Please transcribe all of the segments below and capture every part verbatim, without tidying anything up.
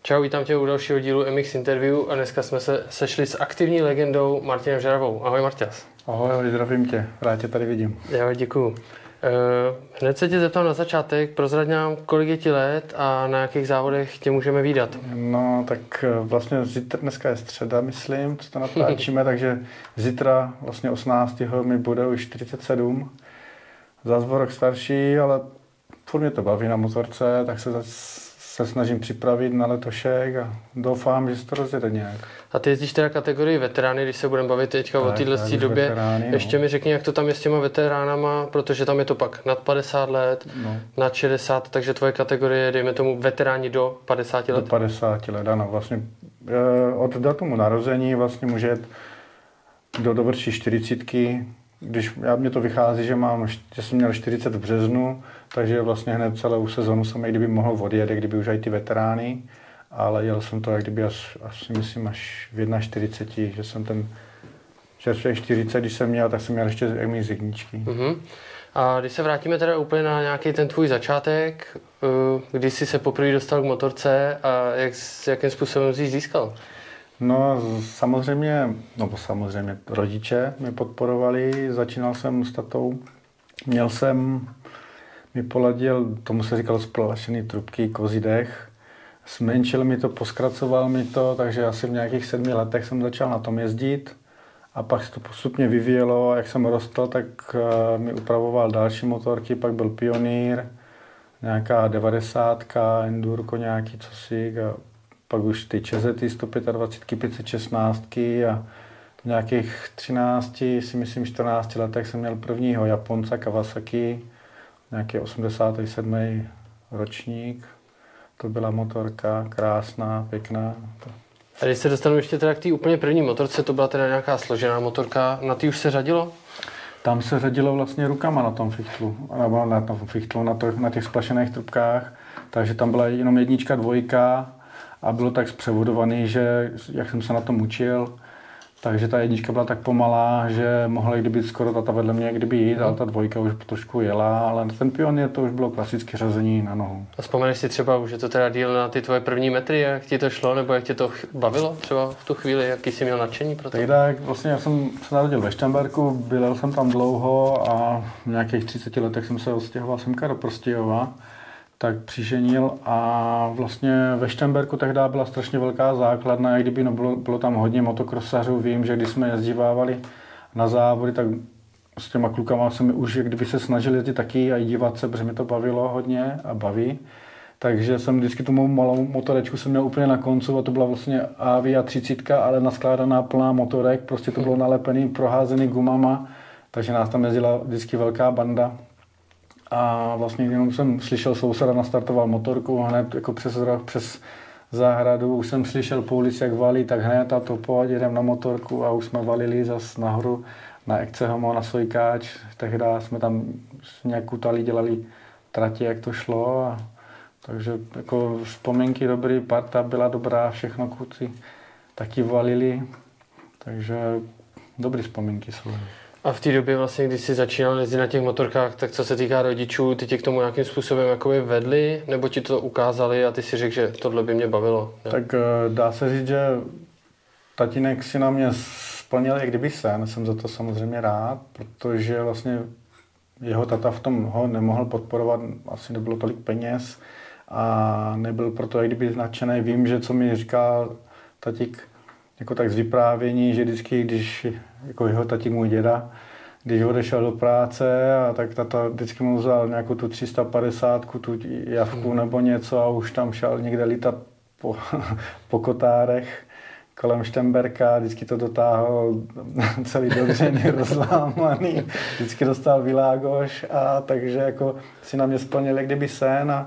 Čau, vítám tě u dalšího dílu M X Interview a dneska jsme se sešli s aktivní legendou Martinem Žeravou. Ahoj Marťas. Ahoj, ahoj, zdravím tě, rád tě tady vidím. Jo, děkuju. Uh, hned se tě zeptám na začátek, prozrať nám, kolik je ti let a na jakých závodech tě můžeme vídat. No tak vlastně zítra, dneska je středa, myslím, co to natáčíme, takže zítra vlastně osmnáctého mi bude už čtyřicet sedm. Zas o rok starší, ale furt mě to baví na motorce, tak se zase se snažím připravit na letošek a doufám, že se to rozjede nějak. A ty jezdíš teda kategorii veterány, když se budeme bavit teďka tak, o této době. Veterány, ještě no. mi řekni, jak to tam je s těma veteránama, protože tam je to pak nad padesát let, no. nad šedesát, takže tvoje kategorie, dejme tomu, veteráni do padesáti let? Do padesáti let, ano. Vlastně od datumu narození vlastně může jet, kdo dovrší čtyřicítky. Když já, mě to vychází, že, mám, že jsem měl čtyřicet v březnu, takže vlastně hned celou sezonu jsem, jak kdyby mohl odjet, jak kdyby už i ty veterány, ale jel jsem to, jak kdyby až, až myslím, až v čtyřicet jedna, že jsem ten čerstvě čtyřicet, když jsem měl, tak jsem měl ještě M X jedničky. Uh-huh. A když se vrátíme teda úplně na nějaký ten tvůj začátek, kdy jsi se poprvé dostal k motorce a jak, jakým způsobem jsi ji získal? No samozřejmě, no samozřejmě rodiče mě podporovali, začínal jsem s tatou, měl jsem, mi poladil, tomu se říkalo splašený trubky, kozí dech, zmenšil mi to, poskracoval mi to, takže asi v nějakých sedmi letech jsem začal na tom jezdit a pak se to postupně vyvíjelo a jak jsem rostl, tak mi upravoval další motorky, pak byl Pionýr, nějaká devadesátka, Endurko nějaký cosi, a pak už ty Čezety sto dvacet pět, pět set šestnáct a v nějakých třinácti, si myslím čtrnácti letech jsem měl prvního Japonca Kawasaki, nějaký osmdesátý sedmý ročník. To byla motorka, krásná, pěkná. A když se dostanu ještě teda k té úplně první motorce, to byla teda nějaká složená motorka, na ty už se řadilo? Tam se řadilo vlastně rukama na tom fichtlu, nebo na tom fichtlu, na, to, na těch splašených trubkách, takže tam byla jenom jednička, dvojka, a bylo tak zpřevodovaný, že jak jsem se na tom učil, takže ta jednička byla tak pomalá, že mohla kdyby skoro tata vedle mě kdyby jít, ale ta dvojka už trošku jela, ale ten Pionýr to už bylo klasické řazení na nohu. A vzpomeneš si třeba, už je to teda díl na ty tvoje první metry, jak ti to šlo, nebo jak tě to bavilo třeba v tu chvíli, jaký jsi měl nadšení pro to? Tak vlastně já jsem se narodil ve Šternberku, bydlel jsem tam dlouho a v nějakých třiceti letech jsem se odstěhoval semka do Prostějova, tak přiženil a vlastně ve Šternberku tehdy byla strašně velká základna, jak kdyby no bylo, bylo tam hodně motokrosařů, vím, že když jsme jezdívávali na závody, tak s těma klukama jsem už jak kdyby se snažil jezdit taky a i dívat se, protože mi to bavilo hodně a baví. Takže jsem vždycky tu mou malou motorečku jsem měl úplně na koncu a to byla vlastně Avia třicet, ale naskládaná plná motorek, prostě to bylo nalepený, proházený gumama, takže nás tam jezdila vždycky velká banda. A vlastně jenom jsem slyšel souseda, nastartoval motorku, hned jako přes, přes zahradu, už jsem slyšel po ulici, jak valí, tak hned a to pojď, jedem na motorku a už jsme valili zas nahoru na Ekcehomo, na Sojkáč. Tehdy jsme tam nějak kutali, dělali trati, jak to šlo. A, takže jako vzpomínky dobrý, parta byla dobrá, všechno kluci taky valili, takže dobrý vzpomínky jsou. A v té době vlastně, když jsi začínal jezdit na těch motorkách, tak co se týká rodičů, ty tě k tomu nějakým způsobem jakoby vedli, nebo ti to ukázali a ty si řekl, že tohle by mě bavilo? Ne? Tak dá se říct, že tatínek si na mě splnil jak kdyby sen, jsem za to samozřejmě rád, protože vlastně jeho tata v tom ho nemohl podporovat, asi nebylo tolik peněz a nebyl proto jak kdyby nadšený. Vím, že co mi říká tatík, jako tak z vyprávění, že vždycky, když jako jeho tatík, můj děda, když odešel do práce, a tak tata vždycky mu vzal nějakou tu tři sta padesát, tu javku hmm. nebo něco a už tam šel někde lítat po, po kotárech kolem Šternberka, vždycky to dotáhl celý dodřený, rozlámaný, vždycky dostal világoš a takže jako si na mě splnil jak kdyby sen a,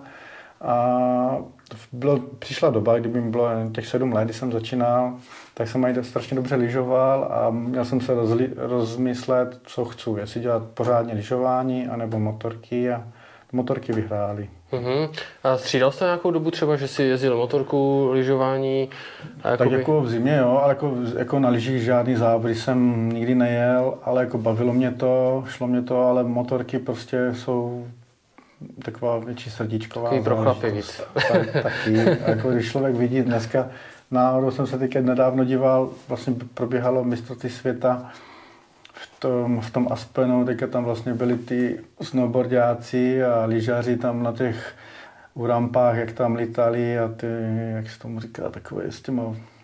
a bylo, přišla doba, kdyby mi bylo těch sedm let, když jsem začínal, tak jsem aj strašně dobře lyžoval a měl jsem se rozli, rozmyslet, co chci, jestli dělat pořádně lyžování, anebo motorky a motorky vyhrály. Uh-huh. A střídal jste nějakou dobu třeba, že si jezdil motorku, lyžování? A tak jako v zimě, jo, ale jako, jako na lyžích žádný závody jsem nikdy nejel, ale jako bavilo mě to, šlo mě to, ale motorky prostě jsou taková větší srdíčková. Takový pro chlapy víc. Tak, taky, jako když člověk vidí dneska, náhodou jsem se teď nedávno díval, vlastně probíhalo mistrovství světa v tom, v tom Aspenu, teďka tam vlastně byli ty snowboardiáci a lyžaři tam na těch u rampách, jak tam lítali a ty, jak se tomu říká, takové s těma,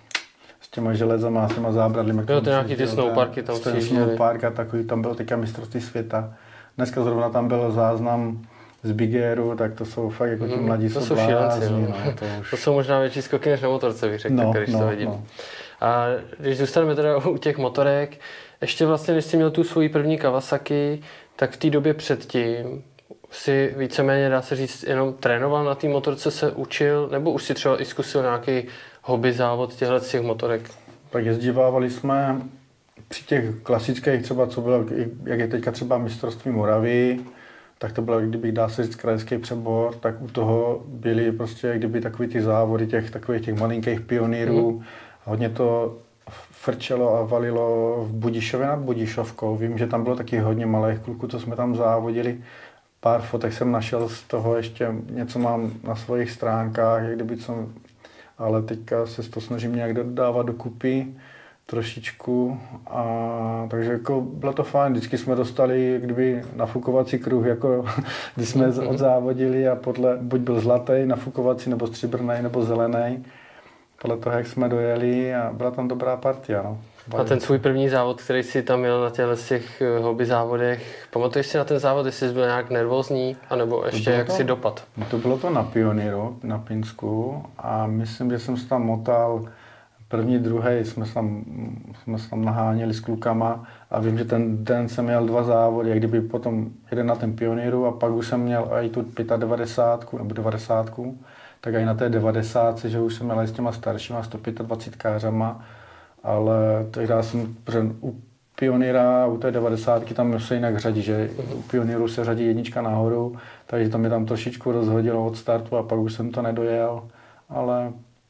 s těma železama, s těma zábradlími. Bylo to nějaký ty snowparky tam si snowpark a takový, tam byl teďka mistrovství světa. Dneska zrovna tam byl záznam z Big Airu, tak to jsou fakt jako ti mm, mladí to jsou šílenci, no. no, to, už... to jsou možná větší skoky než na motorce, bych řekl, no, když no, to vidím. No. A když zůstaneme teda u těch motorek, ještě vlastně, když jsi měl tu svoji první Kawasaki, tak v té době předtím si víceméně, dá se říct, jenom trénoval na té motorce, se učil, nebo už si třeba i zkusil nějaký hobby závod těchto těch motorek? Tak jezdívávali jsme při těch klasických třeba, co bylo, jak je teďka třeba mistrovství Moravy, tak to bylo, kdybych dá se říct krajský přebor, tak u toho byly prostě kdyby takový ty závody těch takových těch malinkých pionýrů. Mm. Hodně to frčelo a valilo v Budišově nad Budišovkou. Vím, že tam bylo taky hodně malých kluků, co jsme tam závodili. Pár fotek jsem našel z toho, ještě něco mám na svých stránkách, jak kdyby co, ale teďka se to snažím nějak dodávat dokupy trošičku. A, takže jako bylo to fajn, vždycky jsme dostali kdyby nafukovací kruh, jako když jsme odzávodili a podle, buď byl zlatý nafukovací, nebo stříbrný, nebo zelený. Podle toho, jak jsme dojeli a byla tam dobrá partia. No. A ten svůj první závod, který jsi tam měl na těchto těch hobby závodech, pamatuješ si na ten závod, jestli jsi byl nějak nervózní, anebo ještě jak to, si dopad? To bylo to na Pioníru, na Pinsku a myslím, že jsem se tam motal první, druhý, jsme se tam, jsme se tam naháněli s klukama a vím, že ten den jsem měl dva závody, jak kdyby potom jeden na ten Pioníru a pak už jsem měl i tu devadesát pět nebo devadesát, tak i na té devadesát, že už jsem měl s těma staršíma sto dvacet pět kářama, ale tehdy jsem u Pioníra, u té devadesátky tam se jinak řadí, že u Pioníru se řadí jednička nahoru, takže to mi tam trošičku rozhodilo od startu a pak už jsem to nedojel, ale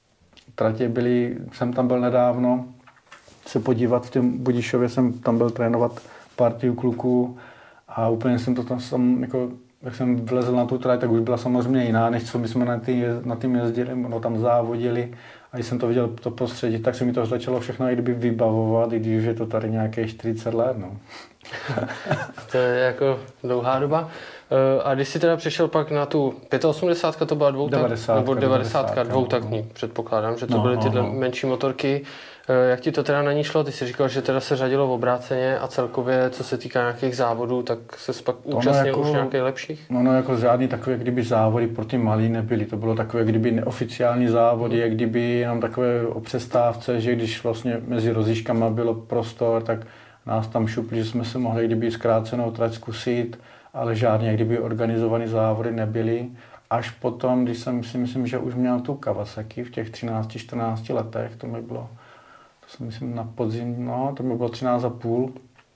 tratě byly, jsem tam byl nedávno se podívat v tom Budišově, jsem tam byl trénovat partiu kluků a úplně jsem to tam sam, jako, jak jsem vlezl na tu trať, tak už byla samozřejmě jiná, než co my jsme na tým, na tým jezdili, no tam závodili a když jsem to viděl to prostředí, tak se mi to začalo všechno i kdyby vybavovat, i když je to tady nějaké čtyřicet let. No. To je jako dlouhá doba. A když jsi teda přešel pak na tu osmdesát pět, to byla dvoutak, nebo devadesát, dvoutaktní, no. Předpokládám, že to no, byly tyhle no, no. menší motorky. Jak ti to teda na ní šlo? Ty jsi říkal, že teda se řadilo v obráceně a celkově, co se týká nějakých závodů, tak se pak účastnil jako, už nějakých lepších? No, no, jako žádný takové, kdyby závody pro ty malý nebyly. To bylo takové, kdyby neoficiální závody, jak kdyby jenom takové o přestávce, že když vlastně mezi rozjížkama bylo prostor, tak nás tam šupli, že jsme se mohli kdyby zkrácenou trať zkusit, ale žádně kdyby organizované závody nebyly. Až potom, když jsem si myslím, že už měl tu Kawasaki v těch třinácti čtrnácti letech, to mi bylo, to jsem myslím na podzim, no, to mi bylo třináct a půl,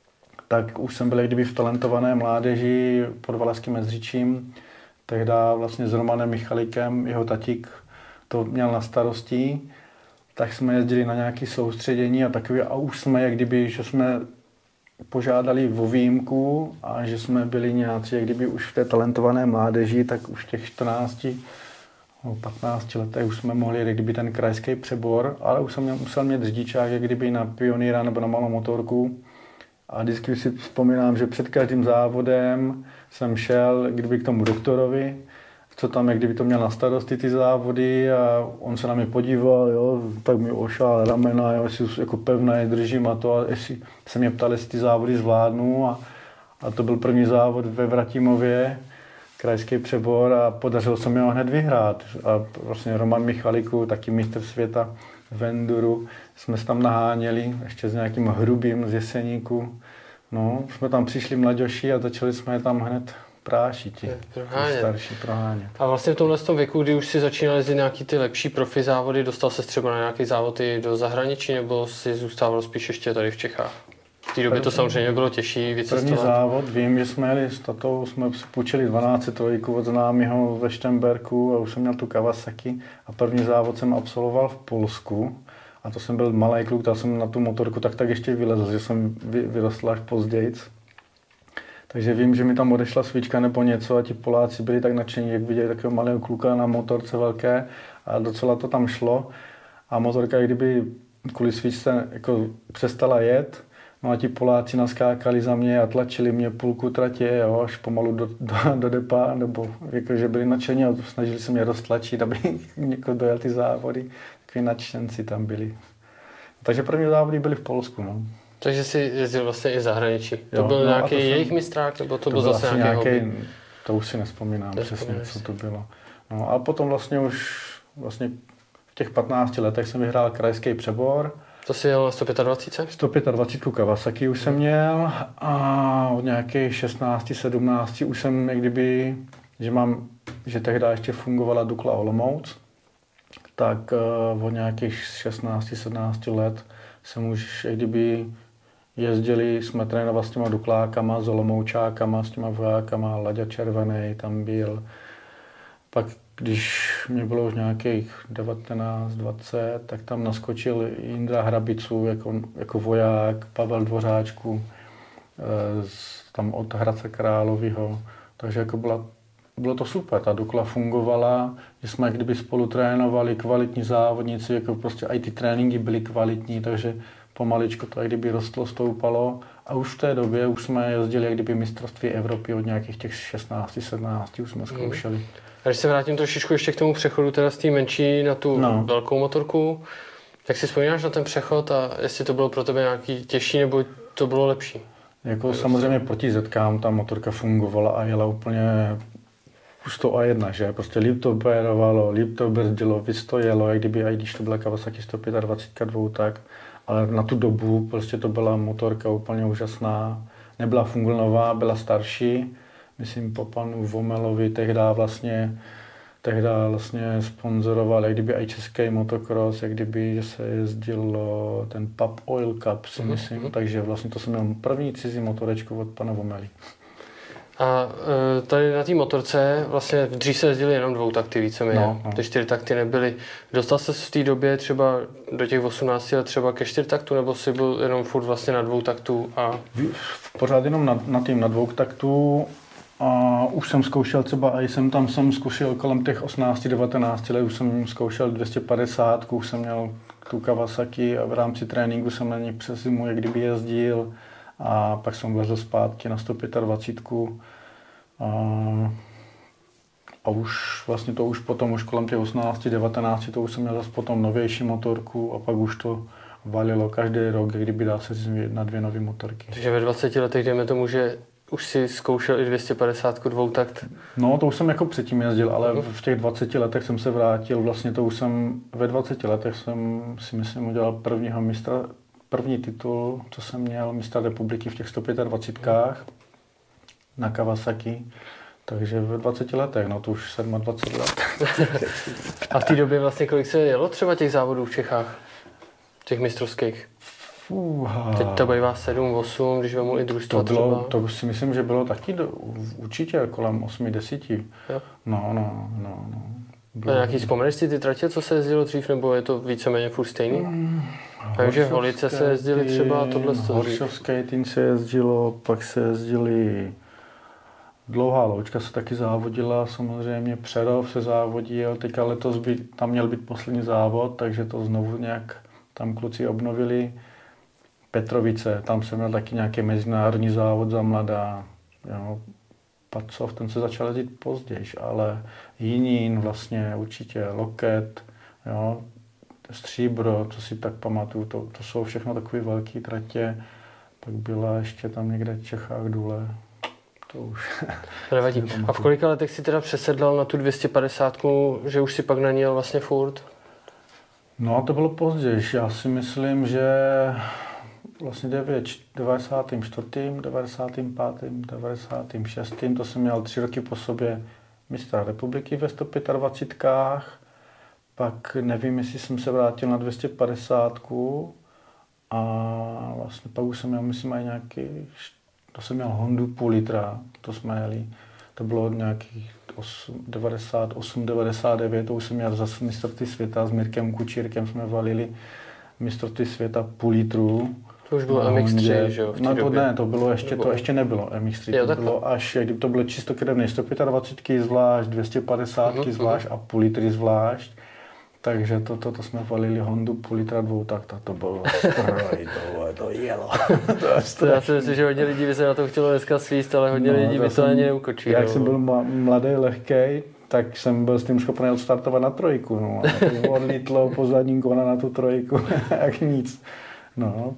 tak už jsem byl kdyby v talentované mládeži pod Valašským Mezřičím. Tehdy vlastně s Romanem Michalikem, jeho tatík to měl na starosti, tak jsme jezdili na nějaké soustředění a takové, a už jsme, jak kdyby, že jsme požádali o výjimku a že jsme byli nějací, jak kdyby už v té talentované mládeži, tak už v těch čtrnácti, patnácti letech už jsme mohli, jak kdyby ten krajský přebor, ale už jsem měl, musel mít řidičák, jak kdyby na Pioníra nebo na malou motorku. A vždycky si vzpomínám, že před každým závodem jsem šel kdyby k tomu doktorovi, co tam, jak kdyby to měl na starosti ty závody a on se na mě podíval, jo, tak mi ošál ramena, jo, jestli jako pevné držím a to, a jestli se mě ptal, jestli ty závody zvládnu a, a to byl první závod ve Vratimově, krajský přebor a podařilo se mi ho hned vyhrát a vlastně Roman Michaliku, taky mistr světa v enduru, jsme se tam naháněli ještě s nějakým hrubým z Jeseníku, no, jsme tam přišli mladěši a začali jsme je tam hned prášiti, starší prohánět. A vlastně v tomhle tom věku, kdy už si začínal jezdit nějaký ty lepší profi závody, dostal se třeba na nějaké závody do zahraničí, nebo si zůstával spíš ještě tady v Čechách? V té době to samozřejmě bylo těžší vycestovat. První závod, vím, že jsme jeli s tatou, jsme půjčili dvanáct tři od známého ve Štemberku a už jsem měl tu Kawasaki a první závod jsem absolvoval v Polsku a to jsem byl malý kluk, tak jsem na tu motorku tak tak ještě vylezl, že jsem vy, vyrostl až později. Takže vím, že mi tam odešla svíčka nebo něco a ti Poláci byli tak nadšení, jak viděli takového malého kluka na motorce velké a docela to tam šlo. A motorka, kdyby kvůli svíčce jako přestala jet, no a ti Poláci naskákali za mě a tlačili mě půlku tratě, jo, až pomalu do, do, do depa, nebo jako, že byli nadšení a snažili se mě roztlačit, aby někdo dojel ty závody. Takový nadšenci tam byli. Takže první závody byly v Polsku, no. Takže jsi jezdil vlastně i v zahraničí. To jo, byl no nějaký to jejich jsem, mistrák, nebo to, to byl zase nějaký, nějaký hobby? To už si nespomínám přesně, co to bylo. No a potom vlastně už vlastně v těch patnácti letech jsem vyhrál krajský přebor. To jsi jel na sto dvacet pět? sto dvacet pět Kawasaki už jsem měl a od nějakých šestnácti sedmnácti už jsem jak kdyby, že mám, že tehdy ještě fungovala Dukla Olomouc, tak uh, od nějakých šestnácti sedmnácti let jsem už jak kdyby jezdili, jsme trénovali s těma Duklákama, s Olomoučákama, s těma vojákama, Laďa Červenej tam byl. Pak když mě bylo už nějakých devatenáct dvacet, tak tam naskočil Jindra Hrabicu jako, jako voják, Pavel Dvořáčku, tam od Hradce Královýho. Takže jako byla, bylo to super, ta Dukla fungovala, že jsme kdyby spolu trénovali, kvalitní závodníci, jako prostě i ty tréninky byly kvalitní, takže pomaličko to jak kdyby rostlo, stoupalo a už v té době už jsme jezdili jak kdyby mistrovství Evropy od nějakých těch šestnácti sedmnácti už jsme zkoušeli. Hmm. A když se vrátím trošičku ještě k tomu přechodu teda z té menší na tu no. velkou motorku, jak si vzpomínáš na ten přechod a jestli to bylo pro tebe nějaký těžší nebo to bylo lepší? Jako samozřejmě proti zetkám ta motorka fungovala a jela úplně sto a jedna, že? Prostě líp to pérovalo, líp to brzdilo, víc to jelo, jak kdyby, i když to byla Kawasaki sto dvacet pět dvou, tak. Ale na tu dobu prostě to byla motorka úplně úžasná. Nebyla fungovnová, byla starší. Myslím po panu Vomelovi tehdy vlastně, tehdy vlastně sponzoroval, jak kdyby i český motocross, jak kdyby že se jezdilo ten Pub Oil Cup, si myslím. Mm-hmm. Takže vlastně to jsem měl první cizí motorečku od pana Vomely. A tady na té motorce vlastně dřív se jezdili jenom dvou takty víceméně. No, no. Ty čtyři takty nebyly. Dostal jsi v té době třeba do těch osmnácti let třeba ke čtyři taktu, nebo jsi byl jenom furt vlastně na dvou taktu? A... Pořád jenom na, na tým na dvou taktu a už jsem zkoušel třeba, a jsem tam jsem zkoušel kolem těch osmnácti devatenácti let, už jsem zkoušel dvě stě padesát, už jsem měl tu Kawasaki a v rámci tréninku jsem na ní přes zimu jak kdyby jezdil. A pak jsem vlezl zpátky na sto dvacet pět. A, a už vlastně to už potom, už kolem těch osmnácti devatenácti, to už jsem měl zase potom novější motorku a pak už to valilo každý rok, kdyby dá se říct na dvě nové motorky. Takže ve dvaceti letech dejme tomu, že už si zkoušel i dvě stě padesát dvoutakt? No, to už jsem jako předtím jezdil, ale uh-huh. v těch dvaceti letech jsem se vrátil, vlastně to už jsem, ve dvaceti letech jsem si myslím udělal prvního mistra, první titul, co jsem měl, mistra republiky v těch sto dvacet pět na Kawasaki. Takže ve dvaceti letech, no to už dvacet sedm let. A v té době vlastně kolik se jelo třeba těch závodů v Čechách? Těch mistrovských? Uha. Teď to bývá sedm, osm, když vemu i družstva to bylo, třeba. To si myslím, že bylo taky do, určitě kolem osm deset. Jo? No, no, no, no. A nějaký vzpomeneš si ty tratě, co se jezdilo dřív, nebo je to víceméně furt stejný? Mm, Takže v Holice se jezdili třeba tohle z toho. Horšovské tým se jezdilo, pak se jezdili Dlouhá Loučka se taky závodila, samozřejmě Přerov se závodil, teďka letos by tam měl být poslední závod, takže to znovu nějak tam kluci obnovili. Petrovice, tam jsem měl taky nějaký mezinárodní závod za mladá. Jo. Pacov, ten se začal jezdit později, ale Jinín vlastně určitě, Loket, jo, Stříbro, co si tak pamatuju, to, to jsou všechno takové velké tratě. Pak byla ještě tam někde v Čechách Důle. To už. Nevadí. A v kolika letech si teda přesedlal na tu dvě stě padesát, že už si pak na ní jel vlastně furt? No, to bylo později. Já si myslím, že vlastně devadesátým čtvrtým, devadesátým pátým, devadesátým šestým to jsem měl tři roky po sobě mistra republiky ve sto dvacet pět. Pak nevím, jestli jsem se vrátil na dvě stě padesát a vlastně pak už jsem měl, myslím, aj nějaký, to jsem měl Hondu půl litra, to jsme jeli, to bylo nějakých devadesát osm devadesát devět, to už jsem měl zase mistrovství světa s Mirkem Kučírkem, jsme valili mistrovství světa půl litru To už bylo M X tři, že jo? No to ne, to bylo ještě, to ještě nebylo M X tři, jo, to takhle. Bylo až, kdyby to bylo čistokrevné sto dvacet pět zvlášť, dvě stě padesát uh-huh, zvlášť uh-huh. a půl litry zvlášť. Takže to, to, to jsme valili Hondu půl litra dvou takta, to bylo stroj, to, to jelo. to já si myslím, že hodně lidí by se na to chtělo dneska svíst, ale hodně no, lidí by to jsem, ani neukočí. Jak no. jsem byl mladý, lehkej, tak jsem byl s tím schopný odstartovat na trojku. No. A to odlítlo po zadním kona na tu trojku, jak nic. No.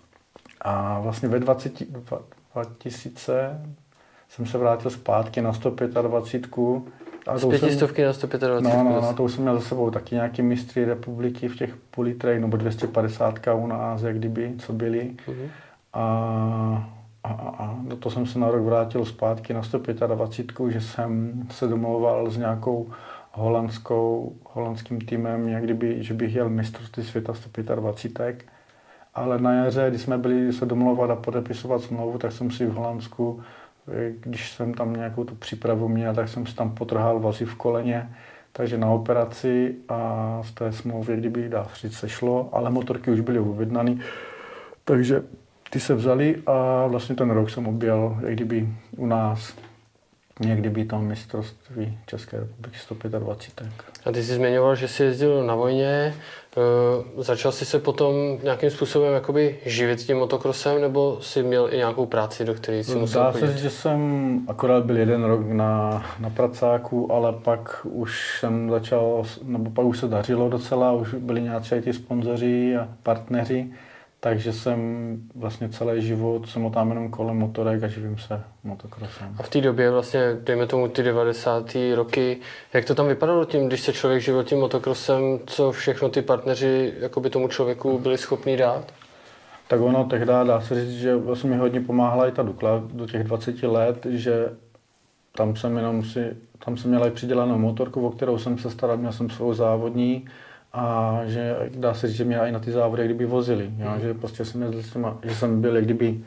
A vlastně ve dvaceti, dva tisíce jsem se vrátil zpátky na sto dvacet pět. A z pětistovky na sto dvacet pět. No, no, no, to už jsem měl za sebou taky nějaký mistry republiky v těch půl litrech, nebo dvě stě padesát u nás, jak kdyby, co byli. Uh-huh. A, a, a do toho jsem se na rok vrátil zpátky na sto dvacet pět, že jsem se domlouval s nějakou holandskou, holandským týmem, jak kdyby, že bych jel mistrovství světa sto dvacet pět. Ale na jaře, když jsme byli se domlouvat a podepisovat smlouvu, tak jsem si v Holandsku, když jsem tam nějakou tu přípravu měl, tak jsem si tam potrhal vazy v koleně, takže na operaci a z té smlouvy, kdyby dá říct, se šlo, ale motorky už byly objednané, takže ty se vzali a vlastně ten rok jsem objel, jak kdyby u nás, někdy by tam mistrovství České republiky sto dvacet pět. A ty jsi zmiňoval, že jsi jezdil na vojně, e, začal jsi se potom nějakým způsobem jakoby živit tím motokrosem, nebo jsi měl i nějakou práci, do které jsi musel Dá chodit? se říct, že jsem akorát byl jeden rok na, na pracáku, ale pak už jsem začal, nebo pak už se dařilo docela, už byli nějací ty sponzoři a partneři, takže jsem vlastně celý život se motám jenom kolem motorek a živím se motokrosem. A v té době vlastně, dejme tomu ty devadesátý roky, jak to tam vypadalo tím, když se člověk živil tím motokrosem, co všechno ty partneři jakoby tomu člověku byli schopní dát? Tak ono tehdy dá se říct, že vlastně mi hodně pomáhala i ta Dukla do těch dvaceti let, že tam jsem jenom si, tam jsem měl i přidělanou motorku, o kterou jsem se staral, měl jsem svou závodní, a že dá se říct, že mě i na ty závody jak kdyby vozili, jo? Mm. Že prostě jsem jezdil s těma, že jsem byl jak kdyby,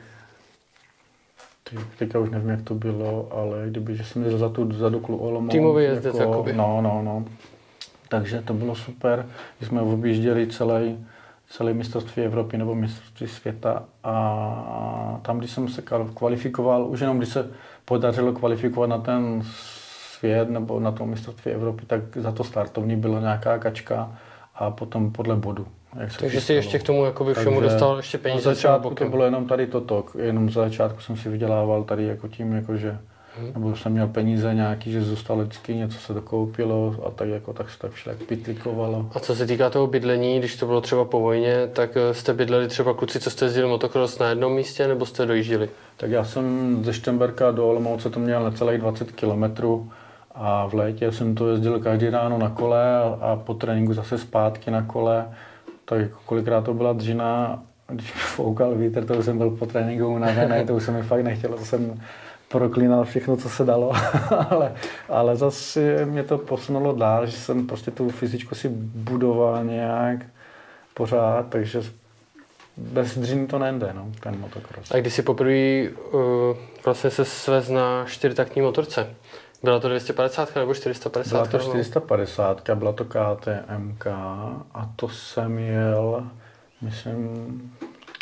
teďka už nevím jak to bylo, ale kdyby, že jsem jezdil za tu za Duklu Olomouc. Týmový jezdec jako, jakoby. No, no, no. Takže to bylo super, že jsme objížděli celý, celý mistrovství Evropy nebo mistrovství světa a tam, když jsem se kvalifikoval, už jenom když se podařilo kvalifikovat na ten svět nebo na tom mistrovství Evropy, tak za to startovní byla nějaká kačka a potom podle bodu. Jak se Takže si ještě k tomu jakoby všemu Takže dostal ještě peníze na začátku to bylo jenom tady toto, jenom za začátku jsem si vydělával tady jako tím, jakože, hmm. nebo jsem měl peníze nějaký, že zůstalo vždycky, něco se dokoupilo a tak jako tak se tak však pitlikovalo. A co se týká toho bydlení, když to bylo třeba po vojně, tak jste bydleli třeba kluci, co jste jezdili motocross na jednom místě, nebo jste dojížděli? Tak já jsem ze Šternberka do Olomouce to měl necelých dvacet kilometrů. A v létě jsem to jezdil každý ráno na kole a, a po tréninku zase zpátky na kole. Tak kolikrát to byla dřina, když foukal vítr, to už jsem byl po tréninku unavený, to už se mi fakt nechtělo, to jsem proklínal všechno, co se dalo. ale, ale zase mě to posunulo dál, že jsem prostě tu fyzičku si budoval nějak pořád, takže bez dřiny to nejde, no, ten motocross. A když jsi poprvé uh, vlastně se svez na čtyřtaktní motorce? Byla to dvě stě padesát nebo čtyři sta padesát? Byla to čtyři sta padesát, byla to K T M K a to jsem jel, myslím,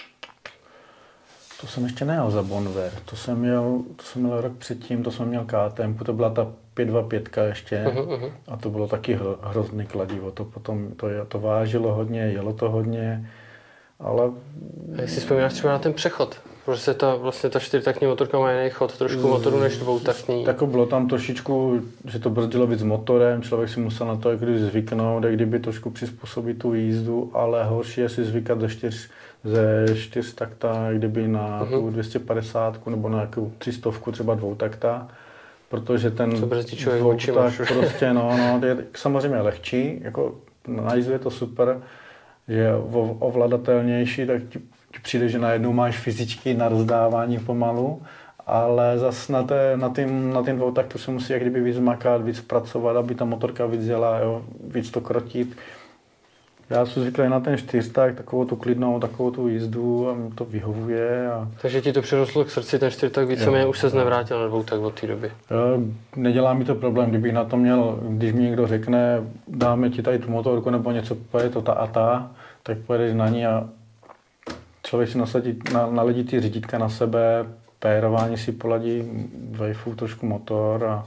to jsem ještě nejel za Bonver, to jsem jel, to jsem jel rok předtím, to jsem měl K T M, to byla ta pět dva pět ještě uh-huh, uh-huh. a to bylo taky hro, hrozný kladivo, to potom, to, to vážilo hodně, jelo to hodně, ale... A jestli vzpomínáš třeba na ten přechod? Protože ta, vlastně ta čtyřtaktní motorka má jiný chod trošku motoru než dvoutaktní. Tak bylo tam trošičku, že to brzdilo víc motorem, člověk si musel na to jak kdyby zvyknout, jak kdyby trošku přizpůsobit tu jízdu, ale horší je si zvykat ze čtyř, ze čtyřtakta, kdyby na uh-huh. tu dvě stě padesát nebo na nějakou třistovku, třeba dvoutakta, protože ten dvoutak prostě, no, no, je samozřejmě lehčí, jako na jízdu je to super, že je ovladatelnější, tak ti, ti přijde, že najednou máš fyzičky na rozdávání pomalu, ale zas na, té, na tím na tím dvoutaktu se musí jak kdyby víc makat, víc pracovat, aby ta motorka víc jela, jo, víc to krotit. Já jsem zvyklý na ten čtyřtakt, takovou tu klidnou, takovou tu jízdu a mi to vyhovuje. A... Takže ti to přirostlo k srdci, ten čtyřtakt víceméně už ses nevrátil na dvoutak od té doby? Jo, nedělá mi to problém, kdybych na to měl, když mi někdo řekne, dáme ti tady tu motorku nebo něco, pojede to ta a ta, tak pojedeš na ní a člověk si nasadí, na, naledí ty řídítka na sebe, pérování si poladí vejfu trošku motor a,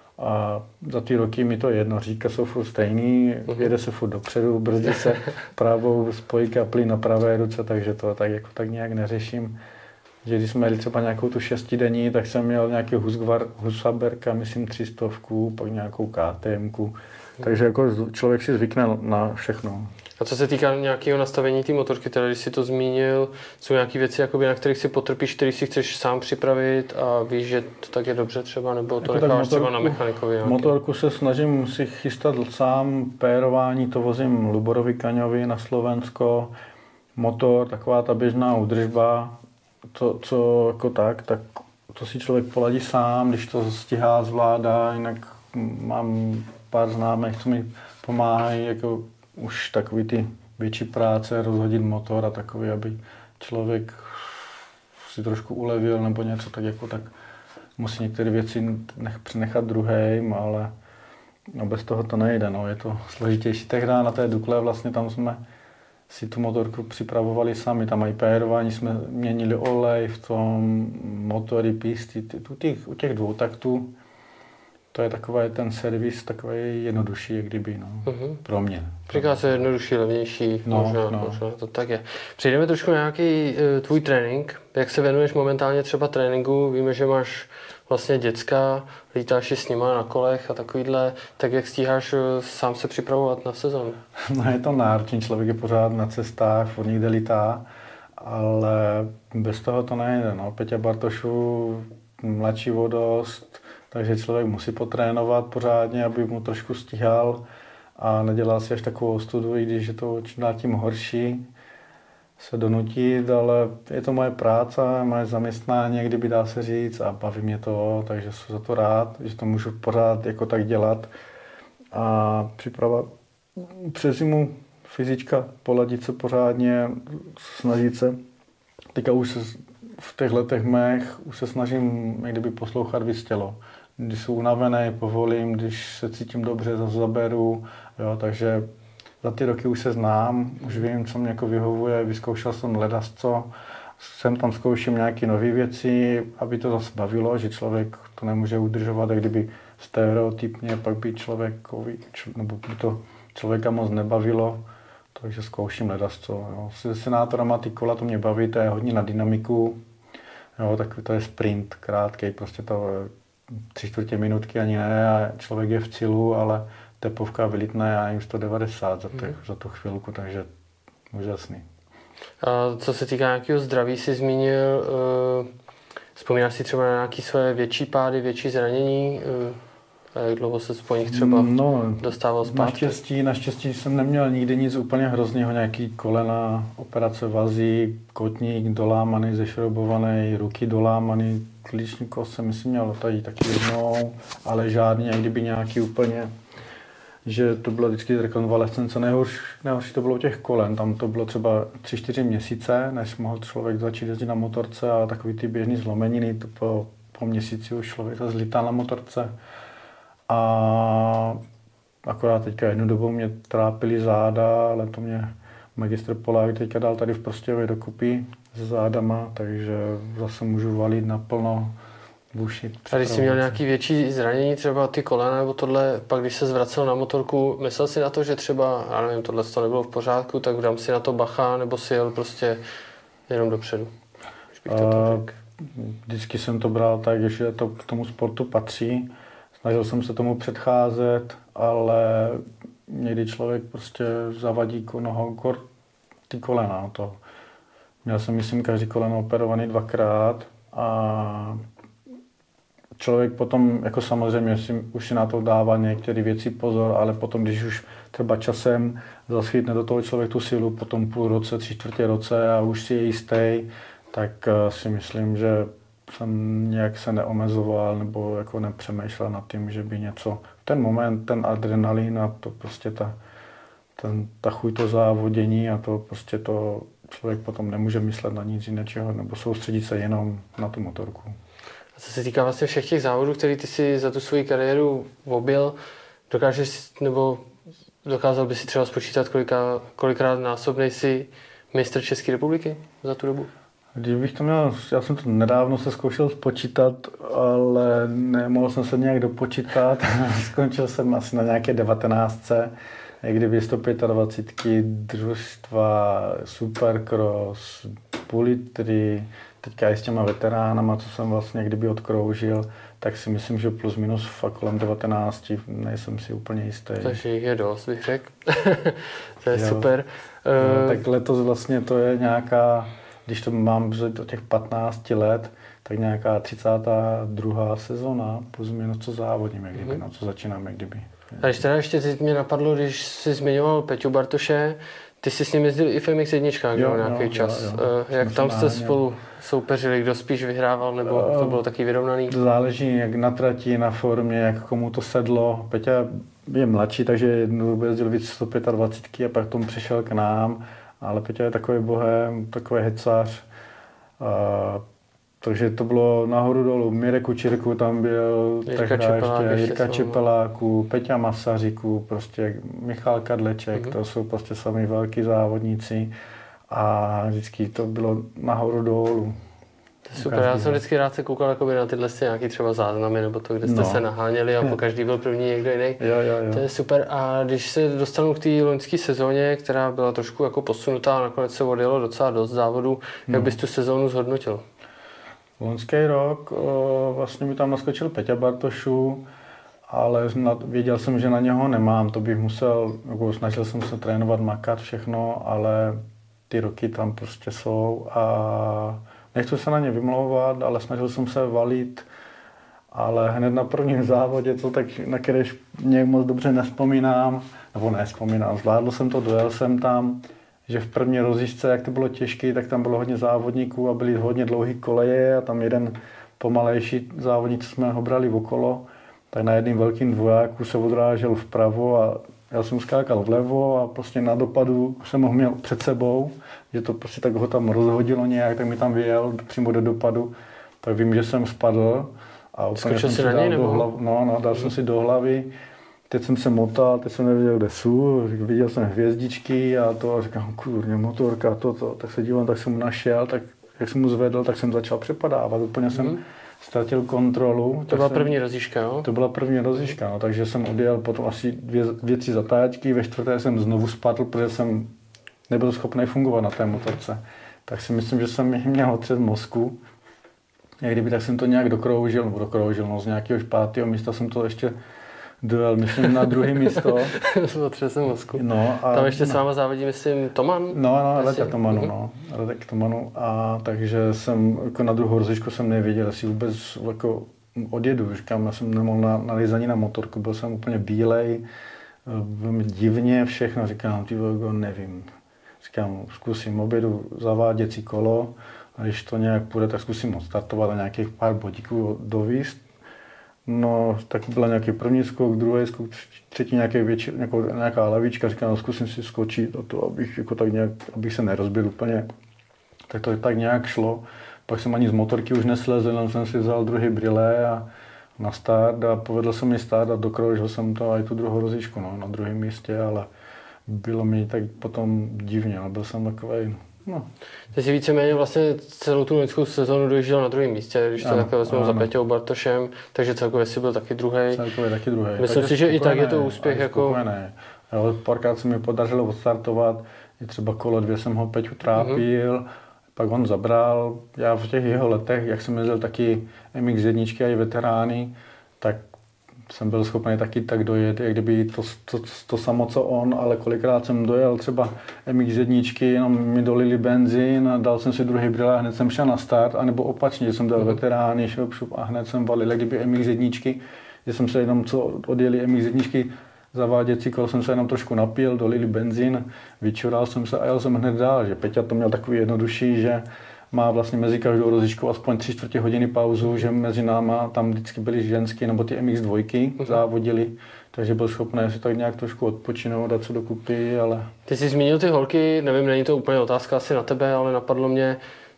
a za ty roky mi to jedno, řídka jsou furt stejný, uh-huh. jede se furt dopředu, brzdí se pravou, spojí kapli na pravé ruce, takže to tak, jako, tak nějak neřeším. Že když jsme jeli třeba nějakou tu šestidenní, tak jsem měl nějaký Husaberka, myslím třistovku, pak nějakou KTMku. Takže jako člověk si zvykne na všechno. A co se týká nějakého nastavení té motorky, teda když jsi to zmínil, jsou nějaké věci, jakoby, na kterých si potrpíš, který si chceš sám připravit a víš, že to tak je dobře třeba, nebo to jako necháš třeba na mechanikovi? Nějaký? Motorku se snažím si chystat sám, pérování to vozím Luborovi Kaňovi na Slovensko, motor, taková ta běžná údržba, to, co jako tak, tak to si člověk poladí sám, když to stíhá, zvládá, jinak mám pár známých, co mi pomáhají, jako už takový ty větší práce, rozhodit motor a takový, aby člověk si trošku ulevil nebo něco, tak jako tak musí některé věci nech, přenechat druhým, ale no bez toho to nejde, no, je to složitější. Tehdy na té Dukle vlastně tam jsme si tu motorku připravovali sami, tam i pérování jsme měnili olej v tom, motory, písty, u těch, u těch dvou taktů. To je takový ten servis, takový jednodušší, jak kdyby, no, uh-huh. pro mě. Říká se jednodušší, levnější, no, možná, no. možná, to tak je. Přejdeme trošku na nějaký uh, tvůj trénink, jak se věnuješ momentálně třeba tréninku, víme, že máš vlastně děcka, lítáš s nima na kolech a takovýhle, tak jak stíháš uh, sám se připravovat na sezónu? No je to náročný, člověk je pořád na cestách, furt někde lítá, ale bez toho to nejde, no, Peťa Bartošů, mladší o dost, takže člověk musí potrénovat pořádně, aby mu trošku stíhal a nedělá si až takovou studu, i když je to čím dál tím horší se donutit, ale je to moje práce, moje zaměstnání, kdyby dá se říct a baví mě to, takže jsem za to rád, že to můžu pořád jako tak dělat a připravovat přes zimu fyzička, poladit se pořádně, snažit se. Teďka už se v těch letech mých už se snažím jak kdyby poslouchat víc tělo. Když jsem unavený, povolím, když se cítím dobře, zase zaberu, jo, takže za ty roky už se znám, už vím, co mě jako vyhovuje, vyzkoušel jsem ledasco, sem tam zkouším nějaké nové věci, aby to zase bavilo, že člověk to nemůže udržovat, jak kdyby stereotypně, pak by člověk, nebo by to člověka moc nebavilo, takže zkouším ledasco. Jo. Se senátorama ty kola to mě baví, to je hodně na dynamiku, jo, tak to je sprint krátkej, prostě to tři čtvrtě minutky ani ne a člověk je v cílu, ale tepovka vylítne a jim sto devadesát za, těch, za tu chvilku, takže úžasný. A co se týká nějakého zdraví, jsi zmínil, uh, vzpomínáš si třeba na nějaké své větší pády, větší zranění? Uh, a jak dlouho se po nich třeba no, dostával zpátky? Naštěstí, naštěstí jsem neměl nikdy nic úplně hrozného, nějaký kolena, operace vazí, kotník dolámaný, zešroubovaný, ruky dolámaný, klíční kost jsem myslím měl tady taky jednou, ale žádný, jak kdyby nějaký úplně, že to bylo vždycky rekonvalescence. Nejhorší, nejhorší to bylo u těch kolen, tam to bylo třeba tři čtyři měsíce, než mohl člověk začít jezdit na motorce a takový ty běžný zlomeniny, to po, po měsíci už člověk se zlítá na motorce. A akorát teďka jednu dobu mě trápily záda, ale to mě magistr Polák teďka dal tady v Prostějově dokupy se zádama, takže zase můžu valit naplno, bušit. A když jsi měl nějaký větší zranění, třeba ty kolena nebo tohle, pak když se zvracel na motorku, myslel si na to, že třeba, já nevím, tohle to nebylo v pořádku, tak dám si na to bacha, nebo si jel prostě jenom dopředu? Uh, vždycky jsem to bral tak, že to k tomu sportu patří. Snažil jsem se tomu předcházet, ale někdy člověk prostě zavadí nohou ty kolena. To. Měl jsem, myslím, každý koleno operovaný dvakrát a člověk potom, jako samozřejmě, si, už si na to dává některé věci pozor, ale potom, když už třeba časem zaschytne do toho člověk tu sílu, potom půl roce, tři čtvrtě roce a už si je jistý, tak si myslím, že jsem nějak se neomezoval nebo jako nepřemýšlel nad tím, že by něco, ten moment, ten adrenalin a to prostě ta, ten, ta chuť to závodění a to prostě to člověk potom nemůže myslet na nic jiného nebo soustředit se jenom na tu motorku. A co se týká vlastně všech těch závodů, které ty si za tu svoji kariéru objel, dokážeš nebo dokázal by si třeba spočítat, kolika, kolikrát násobnej si mistr České republiky za tu dobu? Kdybych to měl, já jsem to nedávno se zkoušel spočítat, ale nemohl jsem se nějak dopočítat. Skončil jsem asi na nějaké devatenáctce, kdyby sto dvacet pět družstva, supercross, půl litry, teďka i s těma veteránama, co jsem vlastně kdyby odkroužil, tak si myslím, že plus minus fakt kolem devatenáct, nejsem si úplně jistý. Takže jich je dost, bych řekl. To je jo. Super. No, tak letos vlastně to je nějaká, když to mám do těch patnácti let, tak nějaká třicátá druhá sezona, plus minus co závodím, jak kdyby, mm-hmm. no, co začínám, jak kdyby. A když teda ještě teď mě napadlo, když jsi zmiňoval Peťu Bartoše, ty jsi s ním jezdil i v M X jedna, jo, nějaký jo, čas. Jo, jo. Jak tam jste spolu soupeřili, kdo spíš vyhrával, nebo to bylo taky vyrovnaný? Záleží jak na trati, na formě, jak komu to sedlo. Peťa je mladší, takže jednou dobu jezdil víc sto dvacet pět a pak tomu přišel k nám, ale Peťa je takový bohem, takový hecař. A, takže to bylo nahoru dolů. Mirek Kučírku tam byl, Jirka Čepelák, ještě Jirka Čepeláku, Peťa Masaříku, prostě Michal Kadleček, mm-hmm. to jsou prostě sami velký závodníci a vždycky to bylo nahoru dolů. Super, já jsem vždycky rád se koukal na tyhle nějaký třeba záznamy, nebo to, kde jste no. se naháněli a po každý byl první někdo jiný. Jo, jo, jo. To je super. A když se dostanu k té loňské sezóně, která byla trošku jako posunutá, nakonec se odjelo docela dost závodů, no. jak bys tu sezónu zhodnotil? Loňský rok o, vlastně mi tam naskočil Peťa Bartošů, ale věděl jsem, že na něho nemám, to bych musel, jako snažil jsem se trénovat, makat všechno, ale ty roky tam prostě jsou a nechci se na ně vymlouvat, ale snažil jsem se valit, ale hned na prvním závodě, to tak, na které nějak moc dobře nespomínám, nebo nespomínám, zvládl jsem to, dojel jsem tam, že v první rozjížďce, jak to bylo těžké, tak tam bylo hodně závodníků a byly hodně dlouhé koleje a tam jeden pomalejší závodník, co jsme ho brali okolo, tak na jedním velkým dvojáku se odrážel vpravo a já jsem skákal vlevo a prostě na dopadu jsem ho měl před sebou, že to prostě tak ho tam rozhodilo nějak, tak mi tam vyjel přímo do dopadu, tak vím, že jsem spadl a úplně jsem si dal něj, do hlavy, no, no, dal mm. jsem si do hlavy. Teď jsem se motal, teď jsem nevěděl, kde jsou, viděl jsem hvězdičky a to a říkám, kurně, motorka, toto, tak se dívám, tak jsem mu našel, tak jak jsem mu zvedl, tak jsem začal přepadávat, úplně jsem mm. ztratil kontrolu. To byla jsem, první rozjížďka, jo? To byla první rozjížďka, no, takže jsem odjel potom asi dvě, dvě tři zatáčky, ve čtvrté jsem znovu spadl, protože jsem nebyl schopný fungovat na té motorce. Tak si myslím, že jsem měl otřes mozku. Jak kdyby tak jsem to nějak dokroužil, nebo dokroužil, no z nějakého pátého místa jsem to ještě dojel, myslím, na druhé místo. Otřesem mozku. No, a, tam ještě no. s váma závodí, myslím, Toman? No, no, Leďa Tomanu, mm-hmm. no. Leďa Tomanu. A takže jsem, jako na druhou rozlišku jsem nevěděl, jestli vůbec jako odjedu. Říkám, já jsem nemohl na, nalít ani na motorku, byl jsem úplně bílej, velmi divně všechno, říkám, ty jako nevím. Říkám, zkusím, objedu zaváděcí kolo a když to nějak půjde, tak zkusím odstartovat a nějakých pár bodíků dovíst. No, tak byla nějaký první skok, druhý skok, třetí nějaký větší, nějakou, nějaká levička, říkám, no, zkusím si skočit a to, abych, jako tak nějak, abych se nerozbil úplně. Tak to tak nějak šlo. Pak jsem ani z motorky už neslezl, jenom jsem si vzal druhý brýle a na start a povedl se mi start a dokroužil jsem to a i tu druhou rozjížďku, no, na druhém místě, ale bylo mi tak potom divně, no, byl jsem takovej, no. Ty jsi víceméně vlastně celou tu loňskou sezonu dojížděl na druhém místě, když to takhle vezmou za Peťou Bartošem, takže celkově jsi byl taky druhý. Celkově taky druhý. Myslím si, že i tak je to úspěch jako... Jo, párkrát se mi podařilo odstartovat, i třeba kolo dvě jsem ho Peťu trápil, mm-hmm. pak on zabral. Já v těch jeho letech, jak jsem jezdil taky M X jedna a i veterány, tak jsem byl schopný taky tak dojet, jak kdyby to, to, to samo, co on, ale kolikrát jsem dojel třeba M X jedna, jenom mi dolili benzín a dal jsem si druhý brýle a hned jsem šel na start, anebo opačně, že jsem dal veterány, šup, šup, a hned jsem valil, jak kdyby M X jedna, že jsem se jenom, co odjeli M X jedna, zaváděcí kolo jsem se jenom trošku napil, dolili benzín, vyčural jsem se a jel jsem hned dál, že Peťa to měl takový jednodušší, že má vlastně mezi každou rozjížďkou aspoň tři čtvrtě hodiny pauzu, že mezi náma tam vždycky byly ženský nebo ty M X dva uh-huh. závodili, takže byl schopný si tak nějak trošku odpočinout, dát se dokupy, ale... Ty jsi zmínil ty holky, nevím, není to úplně otázka asi na tebe, ale napadlo mě,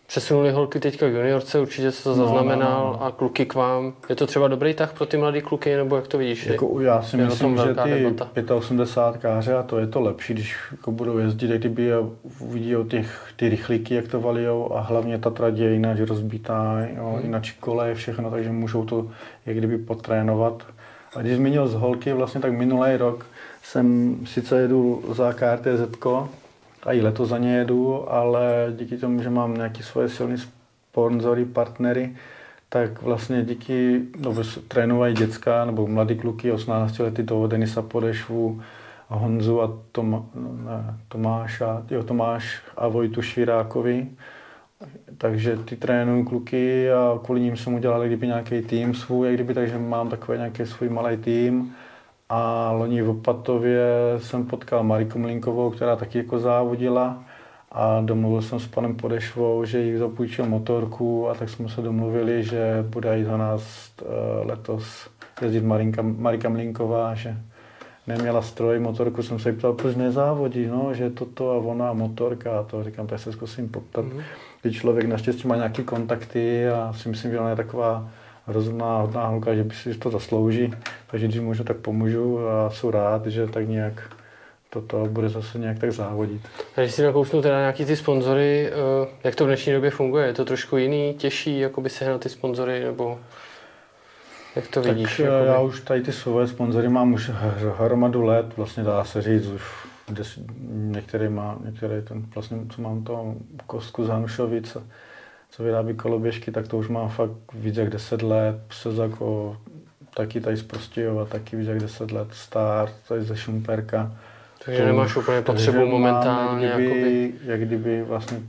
přesunuli holky teďka k juniorce, určitě se to zaznamenal, no, no, no. A kluky k vám. Je to třeba dobrý tah pro ty mladý kluky, nebo jak to vidíš? Jako, já si myslím, že ty osmdesátkáře, a to je to lepší, když jako budou jezdit, jak kdyby uvidí o těch, ty rychlíky, jak to valijou, a hlavně ta trať je jinak rozbítá, jo, hmm. jinak kole, všechno, takže můžou to jak kdyby potrénovat. A když zmínil z holky, vlastně tak minulý rok jsem sice jedu za K R T Z a i letos za ně jedu, ale díky tomu, že mám nějaké svoje silné sponzory, partnery, tak vlastně díky, no, trénují děcka nebo mladí kluky, osmnácti lety toho Denisa Podešvu, Honzu a Tom, ne, Tomáša, jo, Tomáš a Vojtu Švirákovi. Takže ty trénují kluky a kvůli ním jsem udělal kdyby nějaký tým svůj, jak kdyby, takže mám takový nějaký svůj malý tým. A loni v Opatově jsem potkal Mariku Mlinkovou, která taky jako závodila, a domluvil jsem s panem Podešvou, že jí zapůjčil motorku, a tak jsme se domluvili, že bude jít za nás letos jezdit Marinka, Marika Mlinková, že neměla stroj, motorku, jsem se jí ptal, proč nezávodí, no, že toto a ona motorka, a to říkám, tak se zkusím poptat. Mm-hmm. Když člověk naštěstí má nějaké kontakty a si myslím, že ona je taková rozumná, hodná holka, že by si to zaslouží, takže když můžu, tak pomůžu a jsem rád, že tak nějak toto bude zase nějak tak závodit. A když si nakousnu teda nějaký ty sponzory, jak to v dnešní době funguje? Je to trošku jiný, těžší, jakoby sehnat ty sponzory, nebo jak to tak vidíš? Jakoby? Já už tady ty svoje sponzory mám už hromadu let, vlastně dá se říct, už des, některý má, některý ten, vlastně, co mám to Kostku z Hanušovic, co vyrábí koloběžky, tak to už mám fakt víc jak deset let, Sezako, taky tady z Prostějova, taky víc jak deset let, Start, tady ze Šumperka. Takže nemáš úplně potřebu momentálně, jak kdyby, jakoby... jak kdyby vlastně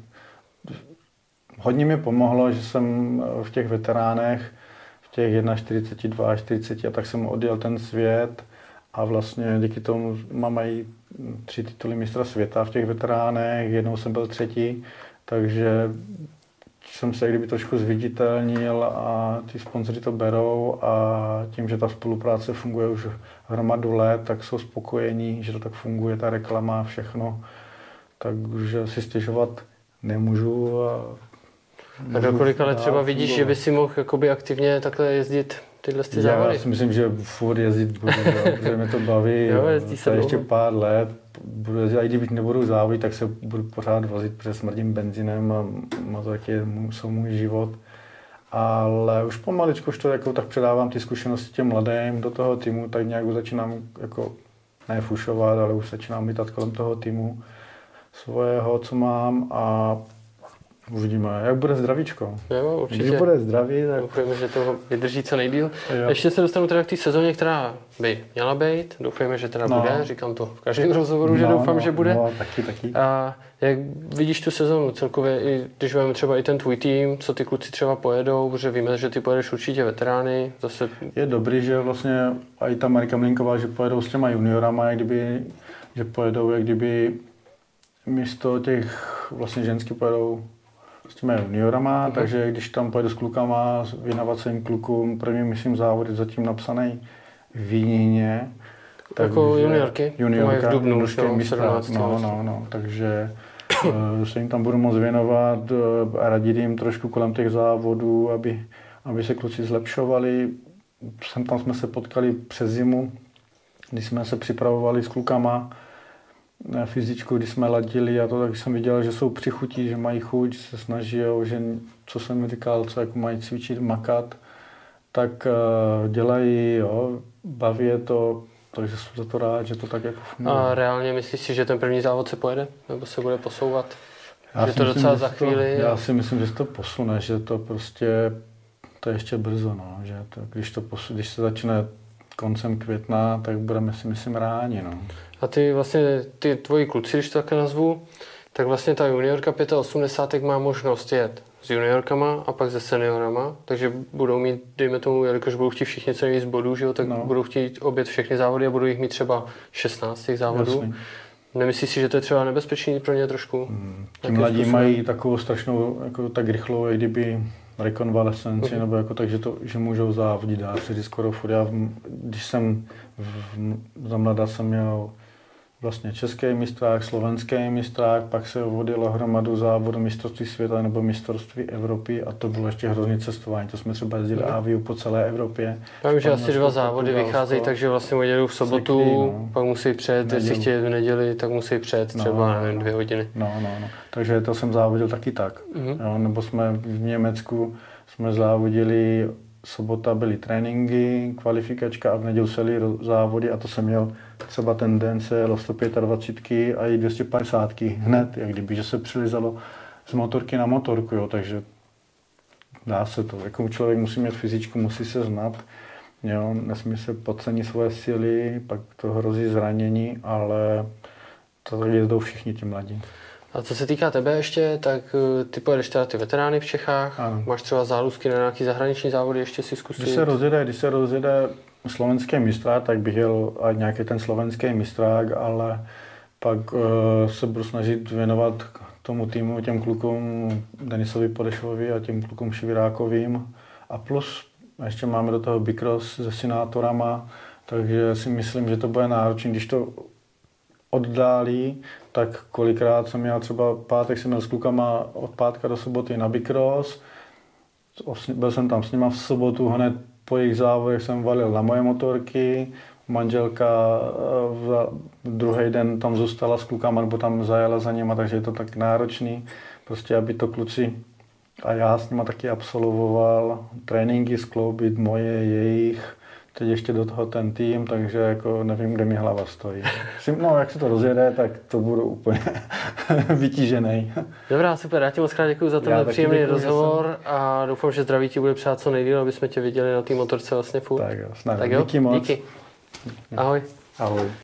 hodně mi pomohlo, že jsem v těch veteránech, v těch čtyřicet jedna, čtyřicet dva, a tak jsem odjel ten svět a vlastně díky tomu mám i tři tituly mistra světa v těch veteránech, jednou jsem byl třetí, takže jsem se kdyby trošku zviditelnil a ty sponzoři to berou, a tím, že ta spolupráce funguje už hromadu let, tak jsou spokojení, že to tak funguje, ta reklama, všechno. Takže si stěžovat nemůžu. A, a do kolika let třeba vidíš, fungovat. Že by si mohl jakoby aktivně takhle jezdit tyhle ty závody? Já si myslím, že furt jezdit budu, protože mě to baví. Jo, jezdí se ještě pár let. Budu jezdit, a i kdybych nebudu závodit, tak se budu pořád vozit, protože smrdím benzinem a motorky jsou můj život. Ale už pomaličku už to jako tak předávám ty zkušenosti těm mladým do toho týmu, tak nějak už začínám jako ne fušovat, ale už začínám lítat kolem toho týmu svého, co mám, a uvidíme, jak bude zdravíčko. Jo, určitě. Když bude zdravý, tak... Doufujeme, že to vydrží co nejdýl. Jo. Ještě se dostanu teda k té sezóně, která by měla být. Doufujeme, že teda no. bude. Říkám to v každém rozhovoru, no, že doufám, no, že bude. No, taky, taky. A jak vidíš tu sezónu celkově, i když máme třeba i ten tvůj tým, co ty kluci třeba pojedou, protože víme, že ty pojedeš určitě veterány. Zase... Je dobrý, že vlastně i ta Marika Mlinková, že pojedou s těma juniorama, jak kdyby, že pojedou, jak kdyby místo těch vlastně ženský pojedou s těmi juniorama, mm-hmm. takže když tam pojedu s klukama, věnovat se jim klukům, první myslím závod je zatím napsaný v Vínině. Jako juniorky? Juniorka, v Dubnu, mistra, no, no, no, takže uh, se jim tam budu moc věnovat a radit jim trošku kolem těch závodů, aby, aby se kluci zlepšovali. Sem tam jsme se potkali přes zimu, když jsme se připravovali s klukama na fyzičku, když jsme ladili a to, tak jsem viděl, že jsou přichutí, že mají chuť, že se snaží, že co jsem říkal, co jako mají cvičit, makat, tak uh, dělají, jo, baví je to, takže jsem za to rád, že to tak jako funguje. A reálně myslíš si, že ten první závod se pojede? Nebo se bude posouvat? Já že to myslím, docela že za chvíli? To, já si myslím, že se to posune, že to prostě, to je ještě brzo, no, že to, když, to posu, když se začne koncem května, tak budeme si myslím ráni, no. A ty vlastně, ty tvoji kluci, když to také nazvu, tak vlastně ta juniorka osmdesát pět má možnost jet s juniorkama a pak se seniorama, takže budou mít, dejme tomu, jelikož budou chtít všichni co nejvíc bodů, že jo, tak no. budou chtít objet všechny závody a budou jich mít třeba šestnáct těch závodů. Jasný. Nemyslíš si, že to je třeba nebezpečný pro ně trošku? Hmm. Ti mladí mají takovou strašnou, jako tak rychlou, jak kdyby rekonvalescenci, uh-huh. nebo jako tak, že, to, že můžou závodit, dá se říct skoro furt. Já, když jsem v, za mladá jsem měl vlastně český mistrák, slovenský mistrák, pak se vodilo hromadu závodů mistrovství světa nebo mistrovství Evropy a to bylo ještě hrozně cestování. To jsme třeba jezdili mm. Aviu po celé Evropě. Já vím, že asi dva závody vycházejí, takže vlastně jedou v sobotu, Sekli, no. pak musí přejet, jestli chtějí v neděli, tak musí přejet třeba no, nevím, dvě hodiny. No, no, no. Takže to jsem závodil taky tak. Mm. Jo, nebo jsme v Německu jsme závodili, sobota byly tréninky, kvalifikačka a v neděli se jeli závody a to jsem měl třeba ten den se jelo sto dvacet pět a i dvě stě padesát hned, jak kdyby, že se přilizalo z motorky na motorku, jo, takže dá se to. Jako člověk musí mít fyzičku, musí se znát, jo, nesmí se podcenit svoje síly, pak to hrozí zranění, ale to jezdou všichni ti mladí. A co se týká tebe ještě, tak ty pojedeš teda ty veterány v Čechách, ano. Máš třeba zálusky na nějaký zahraniční závody, ještě si zkusit? Když se rozjede, když se rozjede slovenský mistrák, tak bych jel ať nějaký ten slovenský mistrák, ale pak uh, se budu snažit věnovat tomu týmu, těm klukům Denisovi Podešovi a těm klukům Šivirákovým. A plus ještě máme do toho Bicross se sinátorama, takže si myslím, že to bude náročné, když to oddálí, tak kolikrát jsem měl třeba pátek jsem měl s klukama od pátka do soboty na Bicross. Byl jsem tam s nima v sobotu, hned po jejich závodech jsem valil na moje motorky. Manželka v druhý den tam zůstala s klukama, nebo tam zajela za nima, takže je to tak náročný. Prostě, aby to kluci a já s nima taky absolvoval, tréninky skloubit moje, jejich. Teď ještě do toho ten tým, takže jako nevím, kde mi hlava stojí. No, jak se to rozjede, tak to budu úplně vytížený. Dobrá, super, já ti moc krát děkuji za tenhle příjemný děkuji, rozhovor jsem... a doufám, že zdraví ti bude přát co nejdýl, aby jsme tě viděli na té motorce vlastně furt. Tak jo, snad. Tak jo, díky moc. Díky. Ahoj. Ahoj.